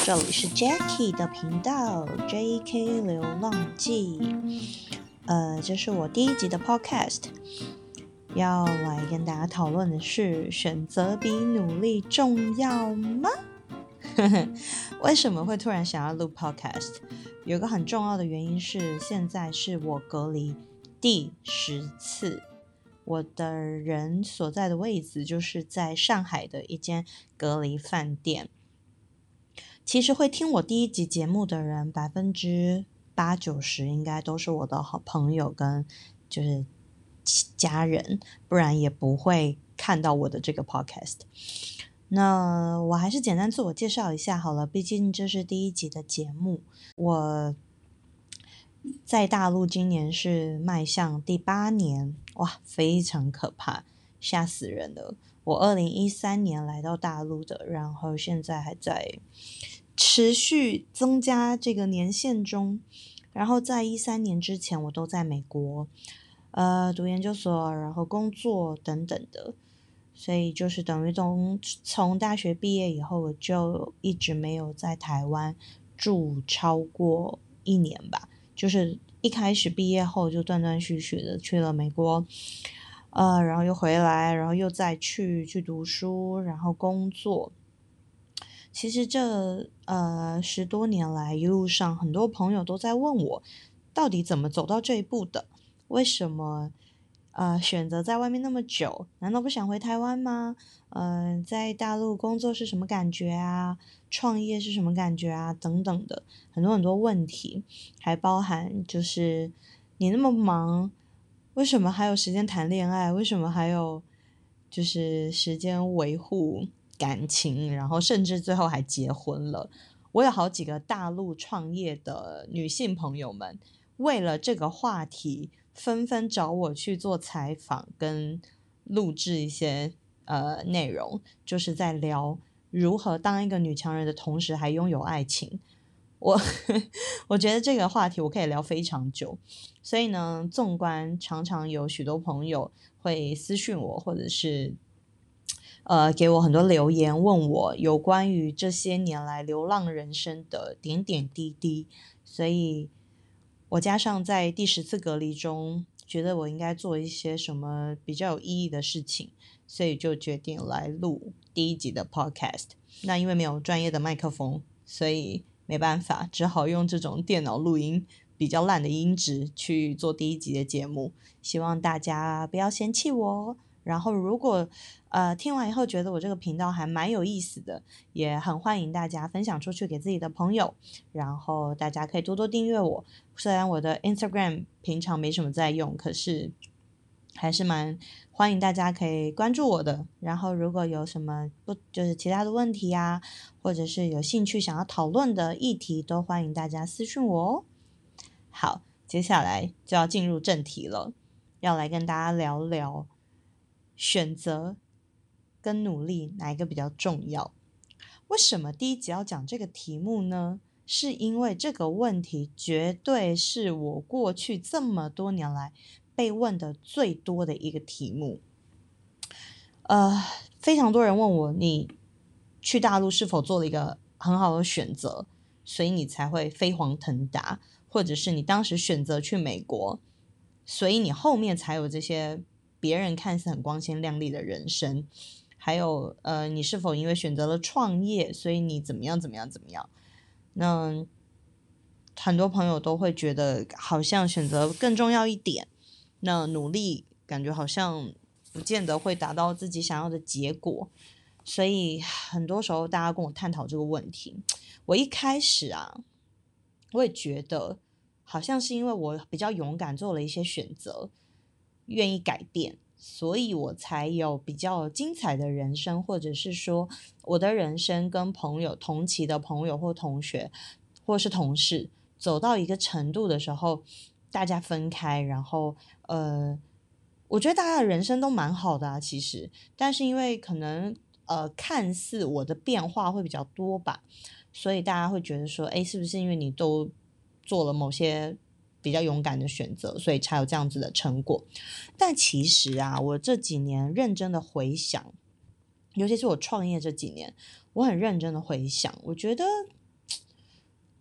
这里是 Jackie 的频道 JK 流浪记。这是我第一集的 podcast， 要来跟大家讨论的是选择比努力重要吗？为什么会突然想要录 podcast？ 有个很重要的原因是，现在是我隔离第10次。我的人所在的位置就是在上海的一间隔离饭店。其实会听我第一集节目的人80%-90%应该都是我的好朋友跟就是家人，不然也不会看到我的这个 podcast。那我还是简单自我介绍一下好了，毕竟这是第一集的节目。我在大陆今年是迈向第8年，哇，非常可怕，吓死人了。我2013年来到大陆的，然后现在还在持续增加这个年限中。然后在13年之前，我都在美国，读研究所，然后工作等等的。所以就是等于从大学毕业以后，我就一直没有在台湾住超过1年吧。就是一开始毕业后就断断续续的去了美国，然后又回来，然后又再去读书，然后工作。其实这10多年来，一路上很多朋友都在问我，到底怎么走到这一步的？为什么选择在外面那么久？难道不想回台湾吗？在大陆工作是什么感觉啊？创业是什么感觉啊？等等的很多问题，还包含就是你那么忙，为什么还有时间谈恋爱？为什么还有就是时间维护感情？然后甚至最后还结婚了。我有好几个大陆创业的女性朋友们，为了这个话题纷纷找我去做采访跟录制一些内容，就是在聊如何当一个女强人的同时还拥有爱情。我觉得这个话题我可以聊非常久，所以呢，纵观常常有许多朋友会私讯我，或者是给我很多留言，问我有关于这些年来流浪人生的点点滴滴，所以我加上在第10次隔离中，觉得我应该做一些什么比较有意义的事情，所以就决定来录第1集的 podcast。那因为没有专业的麦克风，所以没办法，只好用这种电脑录音比较烂的音质去做第1集的节目，希望大家不要嫌弃我哦。然后如果听完以后觉得我这个频道还蛮有意思的，也很欢迎大家分享出去给自己的朋友，然后大家可以多多订阅我。虽然我的 Instagram 平常没什么在用，可是还是蛮欢迎大家可以关注我的。然后如果有什么就是其他的问题啊，或者是有兴趣想要讨论的议题，都欢迎大家私讯我哦。好，接下来就要进入正题了，要来跟大家聊聊选择跟努力哪一个比较重要。为什么第1集要讲这个题目呢？是因为这个问题绝对是我过去这么多年来被问的最多的一个题目。非常多人问我，你去大陆是否做了一个很好的选择，所以你才会飞黄腾达，或者是你当时选择去美国，所以你后面才有这些别人看似很光鲜亮丽的人生。还有你是否因为选择了创业，所以你怎么样。那很多朋友都会觉得好像选择更重要一点，那努力感觉好像不见得会达到自己想要的结果。所以很多时候大家跟我探讨这个问题，我一开始我也觉得好像是因为我比较勇敢做了一些选择，愿意改变，所以我才有比较精彩的人生，或者是说我的人生跟朋友同期的朋友或同学或是同事走到一个程度的时候，大家分开，然后我觉得大家的人生都蛮好的其实，但是因为可能看似我的变化会比较多吧，所以大家会觉得说，诶，是不是因为你都做了某些比较勇敢的选择，所以才有这样子的成果。但其实我这几年认真的回想，尤其是我创业这几年，我很认真的回想，我觉得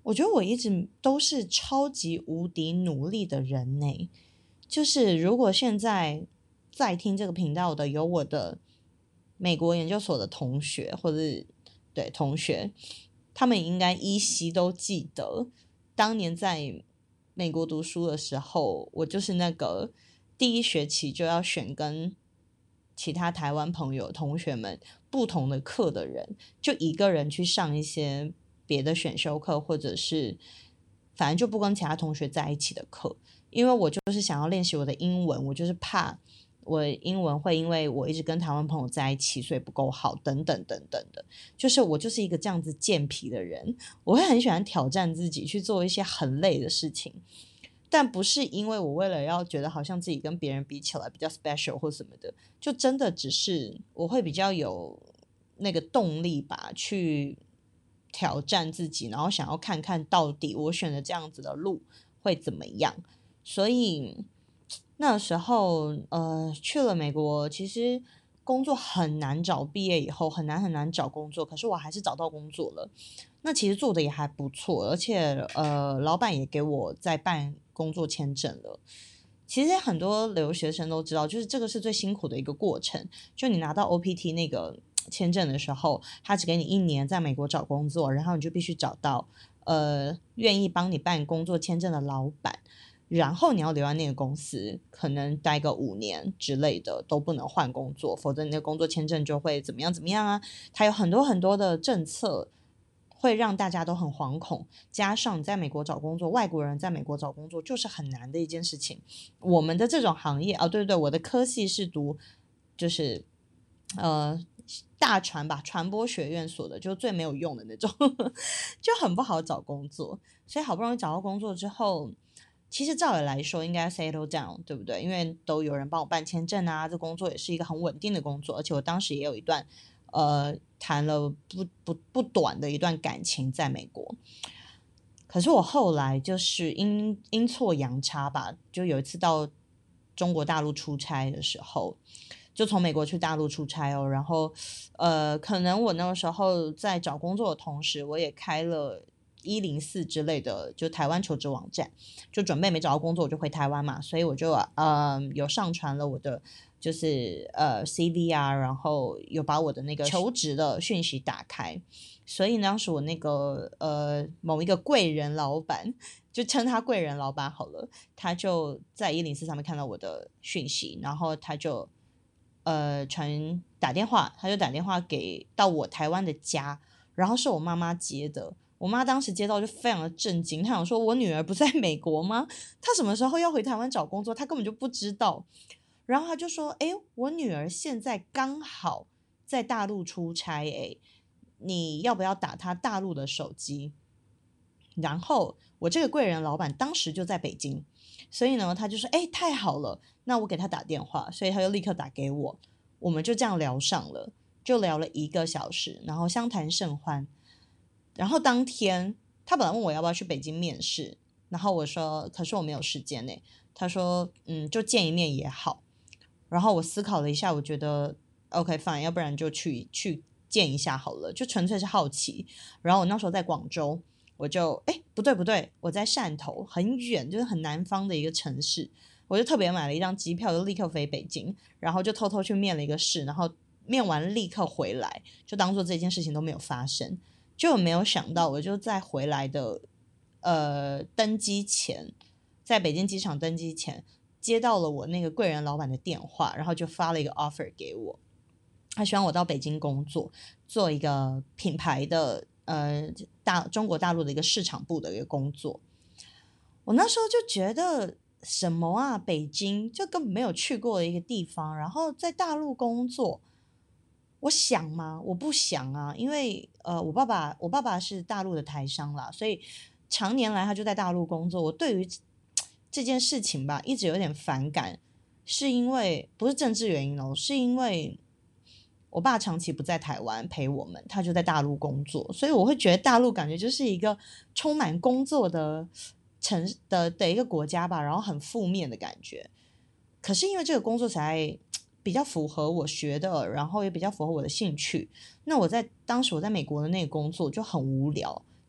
我觉得我一直都是超级无敌努力的人呢。就是如果现在在听这个频道的有我的美国研究所的同学，或者对同学，他们应该依稀都记得，当年在美国读书的时候，我就是那个第一学期就要选跟其他台湾朋友同学们不同的课的人，就一个人去上一些别的选修课，或者是反正就不跟其他同学在一起的课，因为我就是想要练习我的英文，我就是怕我英文会因为我一直跟台湾朋友在一起，所以不够好，等等等等的。就是我就是一个这样子健脾的人，我会很喜欢挑战自己去做一些很累的事情，但不是因为我为了要觉得好像自己跟别人比起来比较 special 或什么的，就真的只是我会比较有那个动力吧，去挑战自己，然后想要看看到底我选的这样子的路会怎么样。所以那时候去了美国，其实工作很难找，毕业以后很难找工作，可是我还是找到工作了。那其实做的也还不错，而且老板也给我在办工作签证了。其实很多留学生都知道，就是这个是最辛苦的一个过程。就你拿到 OPT 那个签证的时候，他只给你1年在美国找工作，然后你就必须找到愿意帮你办工作签证的老板，然后你要留在那个公司，可能待个5年之类的，都不能换工作，否则你的工作签证就会怎么样怎么样啊。它有很多很多的政策，会让大家都很惶恐，加上你在美国找工作，外国人在美国找工作就是很难的一件事情。我们的这种行业对对对，我的科系是读就是大传吧，传播学院所的，就最没有用的那种就很不好找工作。所以好不容易找到工作之后，其实照理来说应该 settle down， 对不对？因为都有人帮我办签证啊，这工作也是一个很稳定的工作，而且我当时也有一段谈了不短的一段感情在美国。可是我后来就是阴错阳差吧，就有一次到中国大陆出差的时候，就从美国去大陆出差然后可能我那个时候在找工作的同时，我也开了104之类的，就台湾求职网站，就准备没找到工作我就回台湾嘛，所以我就有上传了我的就是CV 啊，然后有把我的那个求职的讯息打开。所以当时我那个某一个贵人老板，就称他贵人老板好了，他就在104上面看到我的讯息，然后他就打电话给到我台湾的家，然后是我妈妈接的。我妈当时接到就非常的震惊，她想说我女儿不在美国吗？她什么时候要回台湾找工作？她根本就不知道。然后她就说我女儿现在刚好在大陆出差你要不要打她大陆的手机？然后我这个贵人老板当时就在北京，所以呢他就说太好了，那我给他打电话，所以他就立刻打给我，我们就这样聊上了，就聊了1个小时，然后相谈甚欢。然后当天他本来问我要不要去北京面试，然后我说可是我没有时间他说就见一面也好。然后我思考了一下，我觉得 OK fine， 要不然就去见一下好了，就纯粹是好奇。然后我那时候在广州，我就不对，我在汕头，很远，就是很南方的一个城市，我就特别买了一张机票，就立刻飞北京，然后就偷偷去面了一个试，然后面完立刻回来，就当做这件事情都没有发生。就没有想到，我就在回来的登机前，在北京机场登机前接到了我那个贵人老板的电话，然后就发了一个 offer 给我，他希望我到北京工作，做一个品牌的中国大陆的一个市场部的一个工作。我那时候就觉得什么啊，北京就根本没有去过的一个地方，然后在大陆工作，我想吗？我不想啊，因为我爸爸是大陆的台商啦，所以常年来他就在大陆工作。我对于这件事情吧，一直有点反感，是因为不是政治原因是因为我爸长期不在台湾陪我们，他就在大陆工作，所以我会觉得大陆感觉就是一个充满工作的一个国家吧，然后很负面的感觉。可是因为这个工作才比较符合我学的，然后也比较符合我的兴趣。那当时我在美国的那个工作就很无聊，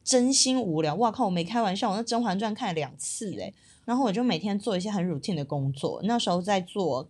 真心无聊，哇靠，我没开玩笑，我那《甄嬛传》看了2次然后我就每天做一些很 routine 的工作，那时候在做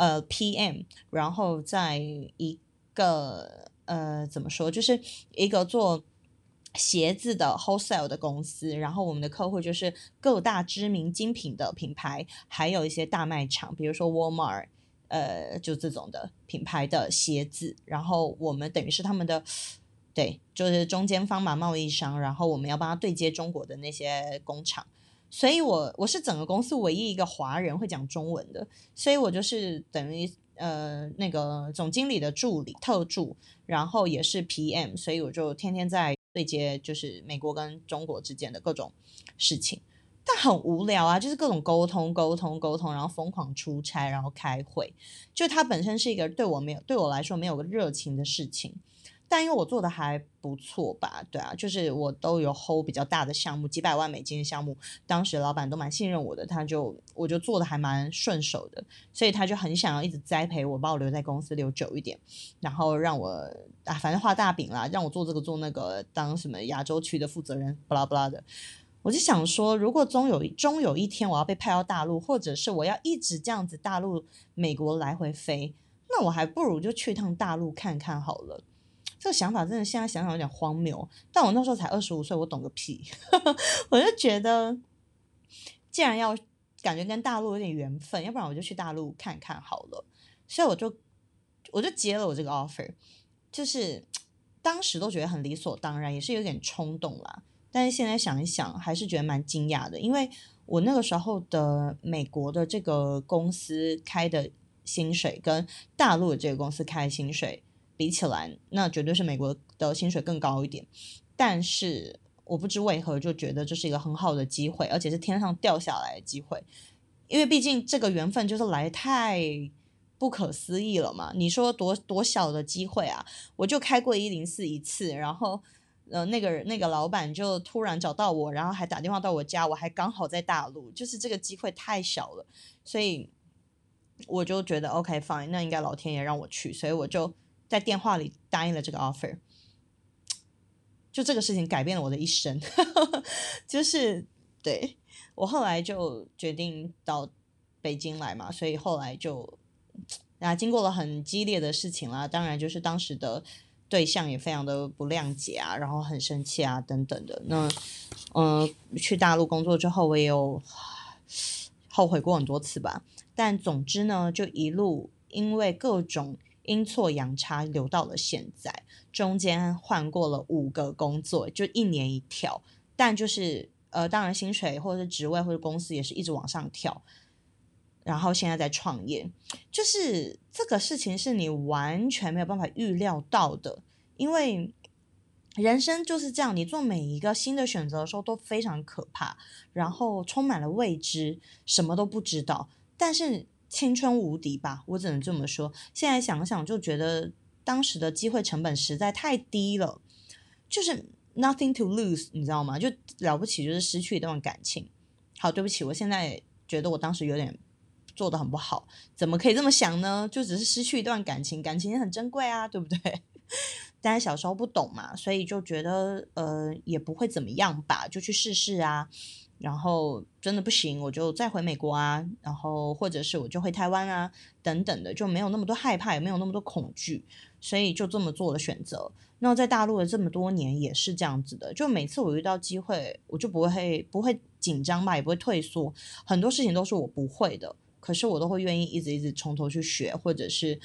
PM， 然后在一个怎么说，就是一个做鞋子的 wholesale 的公司，然后我们的客户就是各大知名精品的品牌，还有一些大卖场，比如说 Walmart，就这种的品牌的鞋子，然后我们等于是他们的，对，就是中间方嘛，贸易商，然后我们要帮他对接中国的那些工厂，所以我是整个公司唯一一个华人会讲中文的，所以我就是等于那个总经理的助理特助，然后也是 PM， 所以我就天天在对接就是美国跟中国之间的各种事情。但很无聊啊，就是各种沟通，然后疯狂出差，然后开会，就它本身是一个对我来说没有个热情的事情，但因为我做的还不错吧，对啊，就是我都有 hold 比较大的项目，几百万美金的项目，当时老板都蛮信任我的，我就做的还蛮顺手的，所以他就很想要一直栽培我，把我留在公司留久一点，然后让我反正画大饼啦，让我做这个做那个，当什么亚洲区的负责人，巴拉巴拉的。我就想说，如果终有一天我要被派到大陆，或者是我要一直这样子大陆美国来回飞，那我还不如就去趟大陆看看好了。这个想法真的现在想想有点荒谬，但我那时候才25岁，我懂个屁！我就觉得，既然要感觉跟大陆有点缘分，要不然我就去大陆看看好了。所以我就接了我这个 offer，就是当时都觉得很理所当然，也是有点冲动啦。但是现在想一想，还是觉得蛮惊讶的，因为我那个时候的美国的这个公司开的薪水跟大陆的这个公司开的薪水比起来，那绝对是美国的薪水更高一点。但是我不知为何就觉得这是一个很好的机会，而且是天上掉下来的机会，因为毕竟这个缘分就是来得太不可思议了嘛。你说多小的机会啊，我就开过104一次，然后那个老板就突然找到我，然后还打电话到我家，我还刚好在大陆，就是这个机会太小了，所以我就觉得 OK fine， 那应该老天爷让我去，所以我就在电话里答应了这个 offer。就这个事情改变了我的一生，就是对，我后来就决定到北京来嘛，所以后来就经过了很激烈的事情啦，当然就是当时的对象也非常的不谅解啊，然后很生气啊等等的。那去大陆工作之后，我也有后悔过很多次吧。但总之呢，就一路因为各种阴错阳差留到了现在，中间换过了5个工作，就1年一跳。但就是当然薪水或者是职位或者公司也是一直往上跳。然后现在在创业，就是这个事情是你完全没有办法预料到的，因为人生就是这样，你做每一个新的选择的时候都非常可怕，然后充满了未知，什么都不知道。但是青春无敌吧，我只能这么说。现在想想就觉得当时的机会成本实在太低了，就是 nothing to lose， 你知道吗？就了不起就是失去一段感情。好，对不起，我现在觉得我当时有点做得很不好，怎么可以这么想呢？就只是失去一段感情，感情也很珍贵啊，对不对？但是小时候不懂嘛，所以就觉得也不会怎么样吧，就去试试啊。然后真的不行，我就再回美国啊，然后或者是我就回台湾啊，等等的，就没有那么多害怕，也没有那么多恐惧，所以就这么做了选择。那在大陆的这么多年也是这样子的，就每次我遇到机会，我就不会紧张吧，也不会退缩，很多事情都是我不会的，可是我都会愿意一直从头去学，或者是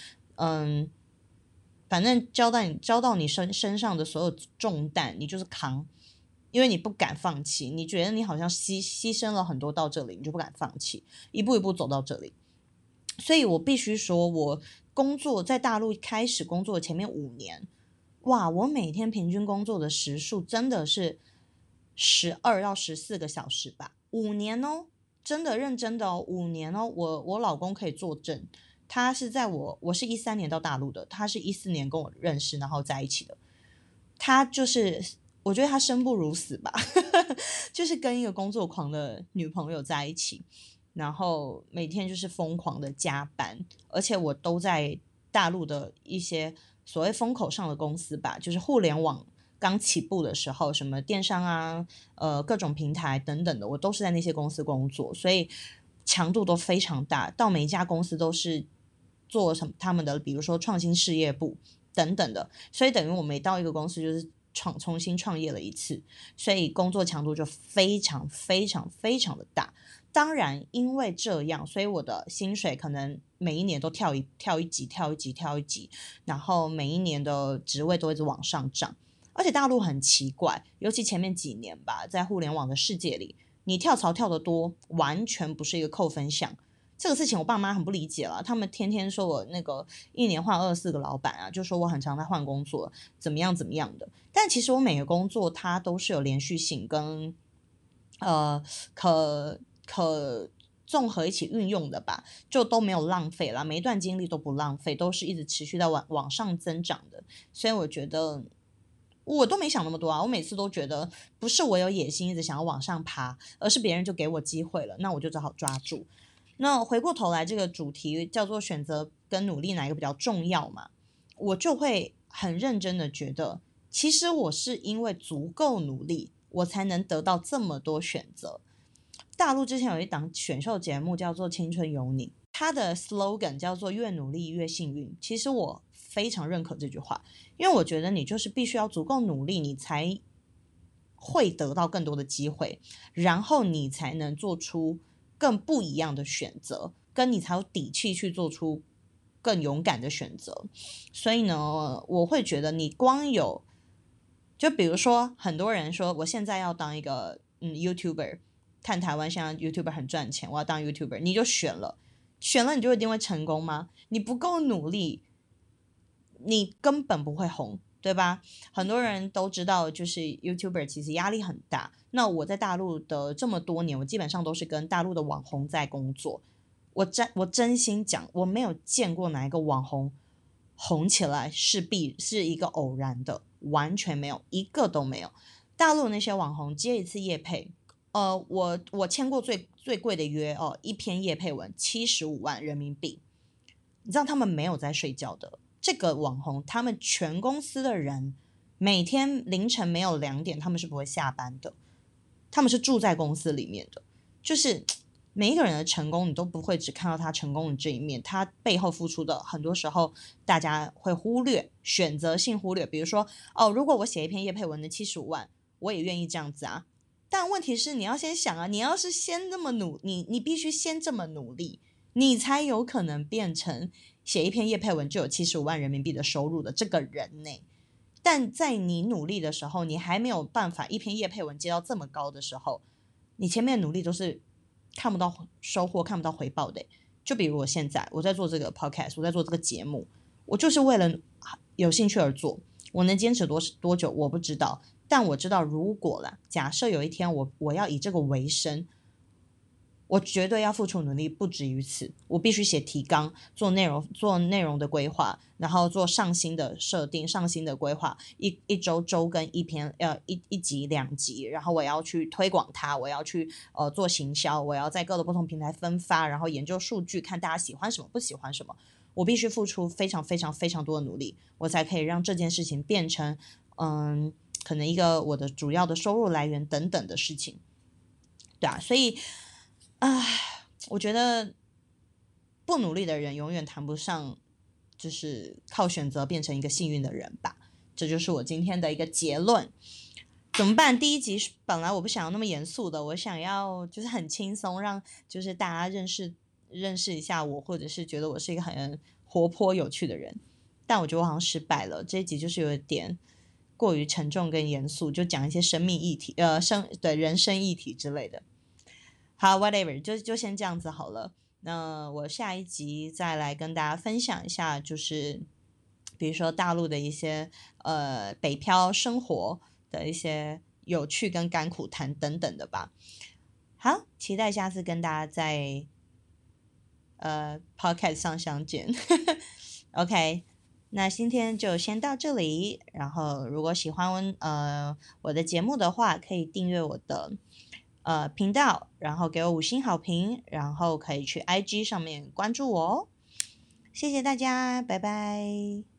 反正交到你身上的所有重担，你就是扛，因为你不敢放弃，你觉得你好像牺牲了很多到这里，你就不敢放弃，一步一步走到这里。所以我必须说，我在大陆开始工作的前面5年，哇，我每天平均工作的时数真的是12到14个小时吧，5年哦，真的认真的哦，5年哦，我老公可以作证。他是我是13年到大陆的，他是14年跟我认识，然后在一起的。他就是我觉得他生不如死吧，就是跟一个工作狂的女朋友在一起，然后每天就是疯狂的加班，而且我都在大陆的一些所谓风口上的公司吧，就是互联网刚起步的时候，什么电商啊，各种平台等等的，我都是在那些公司工作，所以强度都非常大，到每一家公司都是做什么他们的，比如说创新事业部等等的，所以等于我每到一个公司就是重新创业了一次，所以工作强度就非常非常非常的大。当然因为这样，所以我的薪水可能每一年都跳一级，然后每一年的职位都一直往上涨。而且大陆很奇怪，尤其前面几年吧，在互联网的世界里，你跳槽跳得多，完全不是一个扣分项。这个事情我爸妈很不理解了，他们天天说我那个一年换24个老板啊，就说我很常在换工作，怎么样怎么样的。但其实我每个工作它都是有连续性跟可综合一起运用的吧，就都没有浪费啦，每一段经历都不浪费，都是一直持续在往上增长的。所以我觉得我都没想那么多啊，我每次都觉得不是我有野心一直想要往上爬，而是别人就给我机会了，那我就只好抓住。那回过头来，这个主题叫做选择跟努力哪一个比较重要嘛？我就会很认真的觉得，其实我是因为足够努力，我才能得到这么多选择。大陆之前有一档选秀节目叫做《青春有你》，它的 slogan 叫做越努力越幸运。其实我非常认可这句话，因为我觉得你就是必须要足够努力，你才会得到更多的机会，然后你才能做出更不一样的选择，跟你才有底气去做出更勇敢的选择。所以呢，我会觉得你光有，就比如说很多人说我现在要当一个YouTuber， 看台湾现在 YouTuber 很赚钱，我要当 YouTuber， 你就选了你就一定会成功吗？你不够努力，你根本不会红，对吧？很多人都知道，就是 YouTuber 其实压力很大。那我在大陆的这么多年，我基本上都是跟大陆的网红在工作。我真心讲，我没有见过哪一个网红红起来是一个偶然的，完全没有，一个都没有。大陆那些网红接一次业配，我签过最贵的约哦，一篇业配文75万人民币。你知道他们没有在睡觉的，这个网红他们全公司的人每天凌晨没有2点他们是不会下班的，他们是住在公司里面的。就是每一个人的成功你都不会只看到他成功的这一面，他背后付出的很多时候大家会忽略，选择性忽略。比如说如果我写一篇业配文的75万，我也愿意这样子啊，但问题是你要先想啊，你要是先这么你必须先这么努力，你才有可能变成写一篇业配文就有75万人民币的收入的这个人呢。但在你努力的时候，你还没有办法一篇业配文接到这么高的时候，你前面的努力都是看不到收获看不到回报的。就比如我现在我在做这个 podcast， 我在做这个节目，我就是为了有兴趣而做，我能坚持多久我不知道，但我知道如果假设有一天我要以这个为生，我绝对要付出努力不止于此。我必须写提纲，做内容的规划，然后做上新的设定，上新的规划，一周周更一篇，一集2集，然后我要去推广它，我要去做行销，我要在各个不同平台分发，然后研究数据，看大家喜欢什么不喜欢什么。我必须付出非常非常非常多的努力，我才可以让这件事情变成可能一个我的主要的收入来源等等的事情。对啊，所以我觉得不努力的人永远谈不上就是靠选择变成一个幸运的人吧。这就是我今天的一个结论。怎么办？第一集本来我不想要那么严肃的，我想要就是很轻松，让就是大家认识一下我，或者是觉得我是一个很活泼有趣的人。但我觉得我好像失败了，这一集就是有点过于沉重跟严肃，就讲一些生命议题人生议题之类的。好 whatever， 就先这样子好了。那我下一集再来跟大家分享一下，就是比如说大陆的一些北漂生活的一些有趣跟甘苦谈等等的吧。好，期待下次跟大家在podcast 上相见。OK， 那今天就先到这里。然后如果喜欢我的节目的话，可以订阅我的频道，然后给我5星好评，然后可以去 IG 上面关注我哦。谢谢大家，拜拜。